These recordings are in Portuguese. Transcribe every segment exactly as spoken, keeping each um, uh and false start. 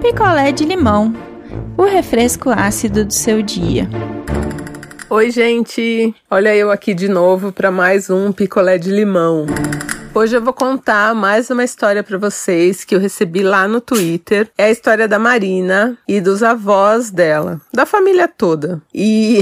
picolé de limão, o refresco ácido do seu dia. Oi, gente! Olha eu aqui de novo para mais um picolé de limão. Hoje eu vou contar mais uma história para vocês que eu recebi lá no Twitter. É a história da Marina e dos avós dela, da família toda. E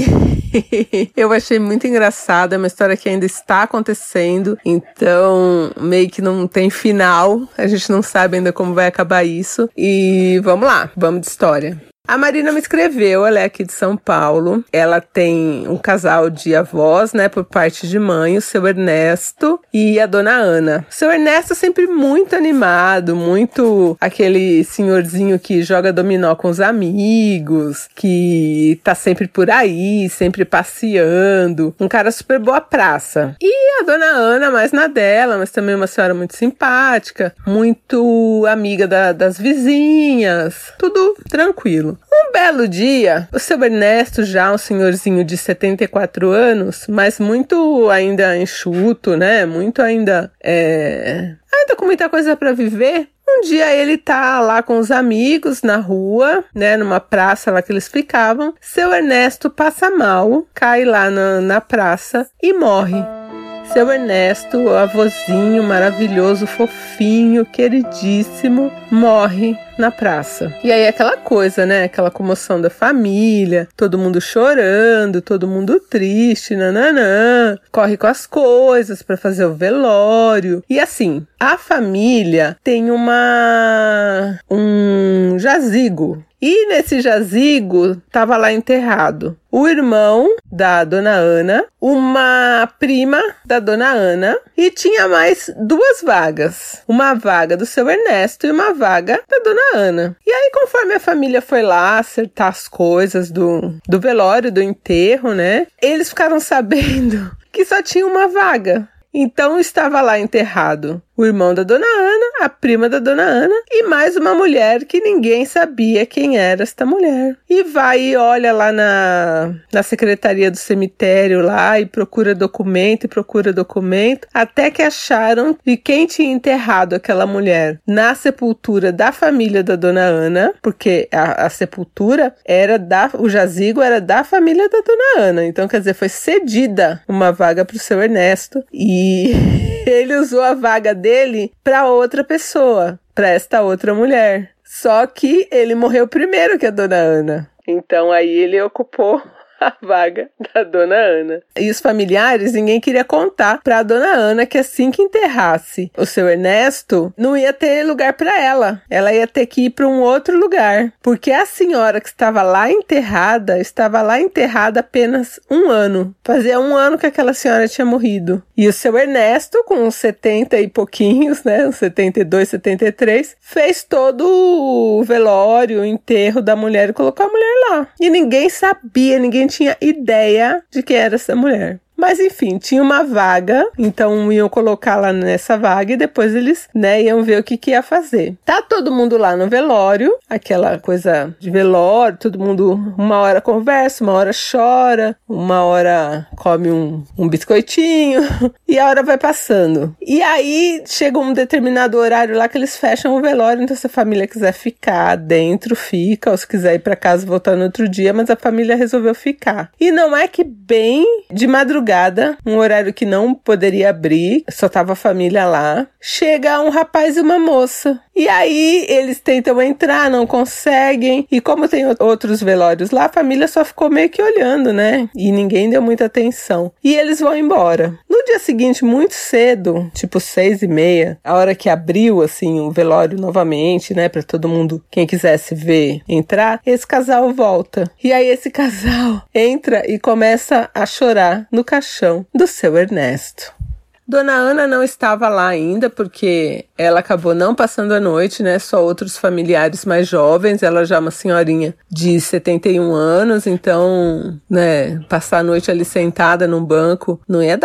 eu achei muito engraçada, é uma história que ainda está acontecendo, então meio que não tem final, a gente não sabe ainda como vai acabar isso. E vamos lá, vamos de história. A Marina me escreveu, ela é aqui de São Paulo, ela tem um casal de avós, né, por parte de mãe, o seu Ernesto e a dona Ana. O seu Ernesto é sempre muito animado, muito aquele senhorzinho que joga dominó com os amigos, que tá sempre por aí, sempre passeando, um cara super boa praça. E a dona Ana mais na dela, mas também uma senhora muito simpática, muito amiga da, das vizinhas, tudo tranquilo. Um belo dia, o seu Ernesto, já um senhorzinho de setenta e quatro anos, mas muito ainda enxuto, né? Muito ainda, é... ainda com muita coisa para viver. Um dia ele tá lá com os amigos na rua, né? Numa praça lá que eles ficavam. Seu Ernesto passa mal, cai lá na, na praça e morre. Seu Ernesto, o avôzinho maravilhoso, fofinho, queridíssimo, morre na praça. E aí aquela coisa, né? Aquela comoção da família, todo mundo chorando, todo mundo triste, nananã, corre com as coisas para fazer o velório. E assim, a família tem uma um jazigo. E nesse jazigo estava lá enterrado o irmão da dona Ana, uma prima da dona Ana e tinha mais duas vagas. Uma vaga do seu Ernesto e uma vaga da dona Ana. E aí, conforme a família foi lá acertar as coisas do, do velório, do enterro, né? Eles ficaram sabendo que só tinha uma vaga. Então estava lá enterrado o irmão da dona Ana, a prima da dona Ana e mais uma mulher que ninguém sabia quem era esta mulher. E vai e olha lá na, na secretaria do cemitério lá e procura documento e procura documento, até que acharam de quem tinha enterrado aquela mulher na sepultura da família da dona Ana, porque a, a sepultura era da, o jazigo era da família da dona Ana. Então, quer dizer, foi cedida uma vaga para o seu Ernesto e ele usou a vaga dele dele para outra pessoa, para esta outra mulher. Só que ele morreu primeiro que a dona Ana. Então aí ele ocupou a vaga da dona Ana. E os familiares, ninguém queria contar pra dona Ana que assim que enterrasse o seu Ernesto, não ia ter lugar pra ela. Ela ia ter que ir pra um outro lugar. Porque a senhora que estava lá enterrada, estava lá enterrada apenas um ano. Fazia um ano que aquela senhora tinha morrido. E o seu Ernesto, com uns setenta e pouquinhos, né, uns setenta e dois, setenta e três, fez todo o velório, o enterro da mulher e colocou a mulher lá. E ninguém sabia, ninguém tinha ideia de quem era essa mulher. Mas enfim, tinha uma vaga, então iam colocar lá nessa vaga e depois eles, né, iam ver o que que ia fazer. Tá todo mundo lá no velório, aquela coisa de velório, todo mundo uma hora conversa, uma hora chora, uma hora come um, um biscoitinho e a hora vai passando. E aí chega um determinado horário lá que eles fecham o velório, então se a família quiser ficar dentro, fica, ou se quiser ir pra casa e voltar no outro dia, mas a família resolveu ficar. E não é que bem de madrugada, um horário que não poderia abrir, só tava a família lá, chega um rapaz e uma moça. E aí eles tentam entrar, não conseguem, e como tem outros velórios lá, a família só ficou meio que olhando, né? E ninguém deu muita atenção. E eles vão embora. No dia seguinte, muito cedo, tipo seis e meia, a hora que abriu, assim, o velório novamente, né, pra todo mundo, quem quisesse ver, entrar, esse casal volta. E aí esse casal entra e começa a chorar no caixão do seu Ernesto. Dona Ana não estava lá ainda, porque ela acabou não passando a noite, né? Só outros familiares mais jovens. Ela já é uma senhorinha de setenta e um anos, então, né, passar a noite ali sentada num banco não ia dar.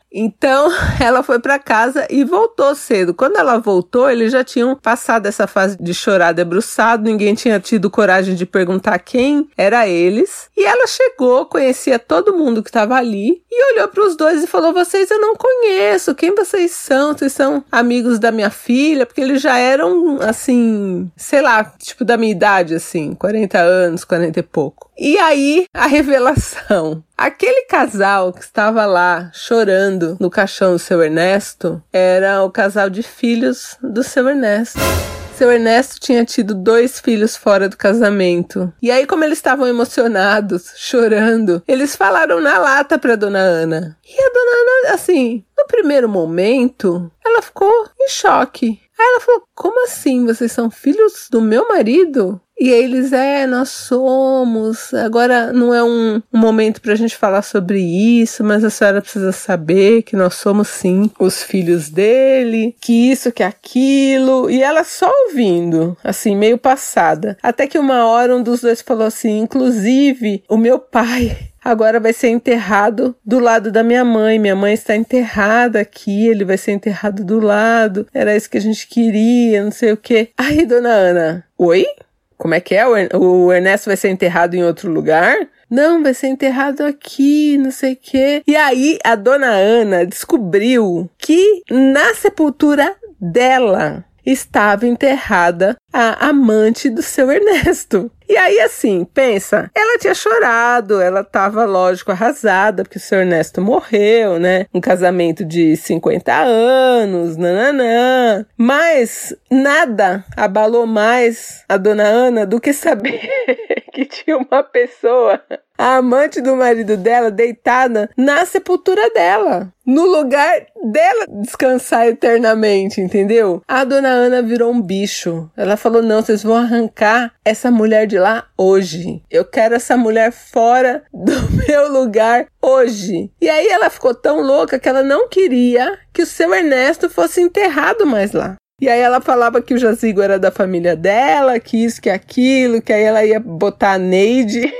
Então, ela foi pra casa e voltou cedo. Quando ela voltou, eles já tinham passado essa fase de chorar debruçado, ninguém tinha tido coragem de perguntar quem era eles. E ela chegou, conhecia todo mundo que estava ali e olhou para os dois e falou: vocês eu não conheço, quem vocês são? Vocês são amigos da minha filha? Porque eles já eram, assim, sei lá, tipo da minha idade, assim, quarenta anos, quarenta e pouco. E aí, a revelação. Aquele casal que estava lá chorando no caixão do seu Ernesto era o casal de filhos do seu Ernesto. Seu Ernesto tinha tido dois filhos fora do casamento. E aí, como eles estavam emocionados, chorando, eles falaram na lata pra Dona Ana. E a Dona Ana, assim, no primeiro momento, ela ficou em choque. Aí ela falou: como assim? Vocês são filhos do meu marido? E eles, é, nós somos. Agora não é um, um momento pra gente falar sobre isso, mas a senhora precisa saber que nós somos sim os filhos dele, que isso, que aquilo. E ela só ouvindo, assim, meio passada. Até que uma hora um dos dois falou assim: inclusive, o meu pai agora vai ser enterrado do lado da minha mãe. Minha mãe está enterrada aqui, ele vai ser enterrado do lado. Era isso que a gente queria, não sei o quê. Aí, Dona Ana, oi? Como é que é? O Ernesto vai ser enterrado em outro lugar? Não, vai ser enterrado aqui, não sei o quê. E aí, a Dona Ana descobriu que na sepultura dela estava enterrada a amante do seu Ernesto. E aí, assim, pensa, ela tinha chorado, ela tava, lógico, arrasada, porque o seu Ernesto morreu, né? Um casamento de cinquenta anos, nananã. Mas nada abalou mais a Dona Ana do que saber que tinha uma pessoa, a amante do marido dela, deitada na sepultura dela, no lugar dela descansar eternamente, entendeu? A Dona Ana virou um bicho. Ela falou: não, vocês vão arrancar essa mulher de lá hoje. Eu quero essa mulher fora do meu lugar hoje. E aí ela ficou tão louca que ela não queria que o seu Ernesto fosse enterrado mais lá. E aí ela falava que o jazigo era da família dela, que isso, que aquilo, que aí ela ia botar a Neide...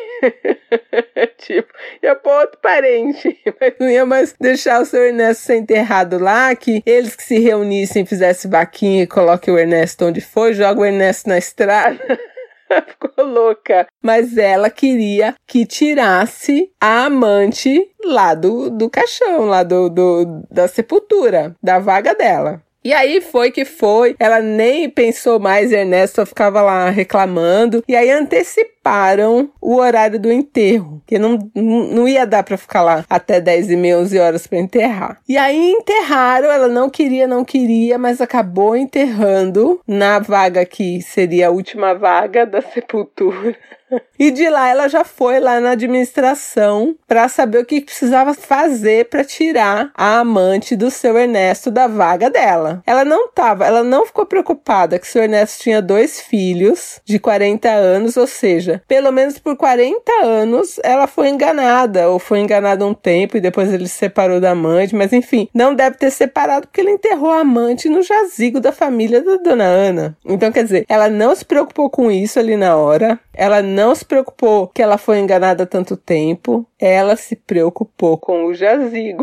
tipo, ia pôr outro parente, mas não ia mais deixar o seu Ernesto ser enterrado lá, que eles que se reunissem, fizessem vaquinha e coloquem o Ernesto onde foi, joga o Ernesto na estrada. Ficou louca. Mas ela queria que tirasse a amante lá do, do caixão, lá do, do, da sepultura, da vaga dela. E aí foi que foi, ela nem pensou mais, Ernesto só ficava lá reclamando, e aí anteciparam o horário do enterro, que não, não ia dar pra ficar lá até dez e meia, onze horas pra enterrar. E aí enterraram, ela não queria, não queria, mas acabou enterrando na vaga que seria a última vaga da sepultura. E de lá ela já foi lá na administração para saber o que precisava fazer para tirar a amante do seu Ernesto da vaga dela. Ela não tava, ela não ficou preocupada que o seu Ernesto tinha dois filhos de quarenta anos, ou seja, pelo menos por quarenta anos ela foi enganada, ou foi enganada um tempo e depois ele se separou da amante, mas enfim, não deve ter separado porque ele enterrou a amante no jazigo da família da Dona Ana. Então, quer dizer, ela não se preocupou com isso ali na hora, ela não se preocupou que ela foi enganada há tanto tempo, ela se preocupou com o jazigo.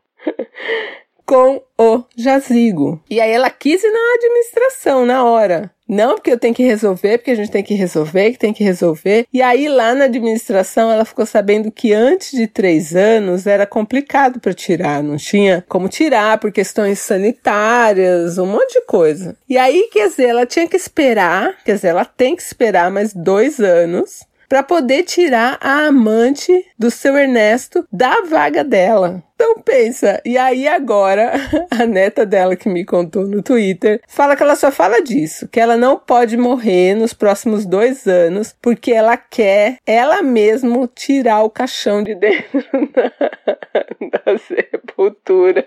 com o jazigo. E aí ela quis ir na administração na hora. Não, porque eu tenho que resolver, porque a gente tem que resolver, que tem que resolver. E aí lá na administração ela ficou sabendo que antes de três anos era complicado para tirar. Não tinha como tirar por questões sanitárias, um monte de coisa. E aí, quer dizer, ela tinha que esperar, quer dizer, ela tem que esperar mais dois anos para poder tirar a amante do seu Ernesto da vaga dela. Então pensa, e aí agora a neta dela que me contou no Twitter fala que ela só fala disso, que ela não pode morrer nos próximos dois anos porque ela quer ela mesma tirar o caixão de dentro da, da sepultura.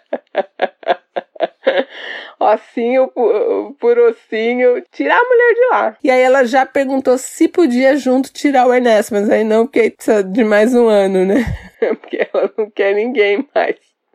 Ossinho por ossinho, tirar a mulher de lá. E aí ela já perguntou se podia junto tirar o Ernesto, mas aí não, porque precisa de mais um ano, né? Porque ela não quer ninguém mais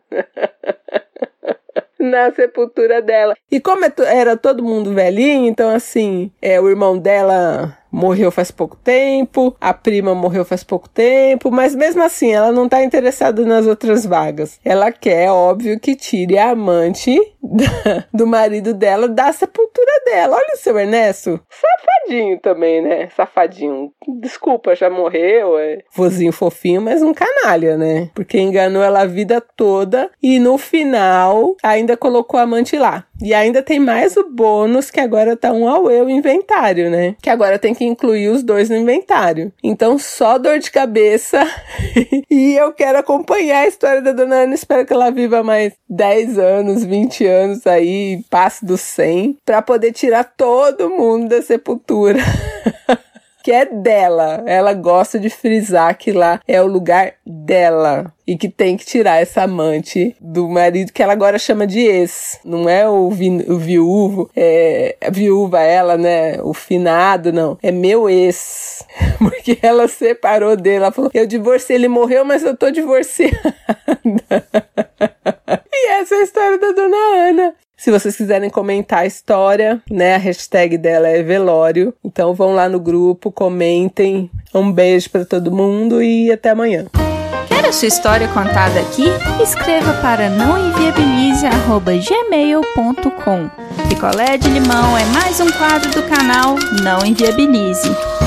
na sepultura dela. E como era todo mundo velhinho, então assim, é, o irmão dela morreu faz pouco tempo, a prima morreu faz pouco tempo, mas mesmo assim ela não tá interessada nas outras vagas. Ela quer, óbvio, que tire a amante do marido dela da sepultura dela. Olha o seu Ernesto, safadinho também, né? Safadinho. Desculpa, já morreu, é vozinho fofinho, mas um canalha, né? Porque enganou ela a vida toda e no final ainda colocou a amante lá. E ainda tem mais o bônus, que agora tá um auê o inventário, né? Que agora tem que incluir os dois no inventário. Então, só dor de cabeça. E eu quero acompanhar a história da dona Ana. Espero que ela viva mais dez anos, vinte anos aí, passe dos cem, pra poder tirar todo mundo da sepultura. Que é dela. Ela gosta de frisar que lá é o lugar dela. E que tem que tirar essa amante do marido, que ela agora chama de ex. Não é o, vi, o viúvo, é a viúva ela, né? O finado, não. É meu ex. Porque ela separou dele. Ela falou, eu divorciei, ele morreu, mas eu tô divorciada. E essa é a história da dona Ana. Se vocês quiserem comentar a história, né, a hashtag dela é velório. Então vão lá no grupo, comentem. Um beijo pra todo mundo e até amanhã. Quer a sua história contada aqui? Escreva para nãoenviabilize arroba gmail ponto com. Picolé de Limão é mais um quadro do canal Não Enviabilize.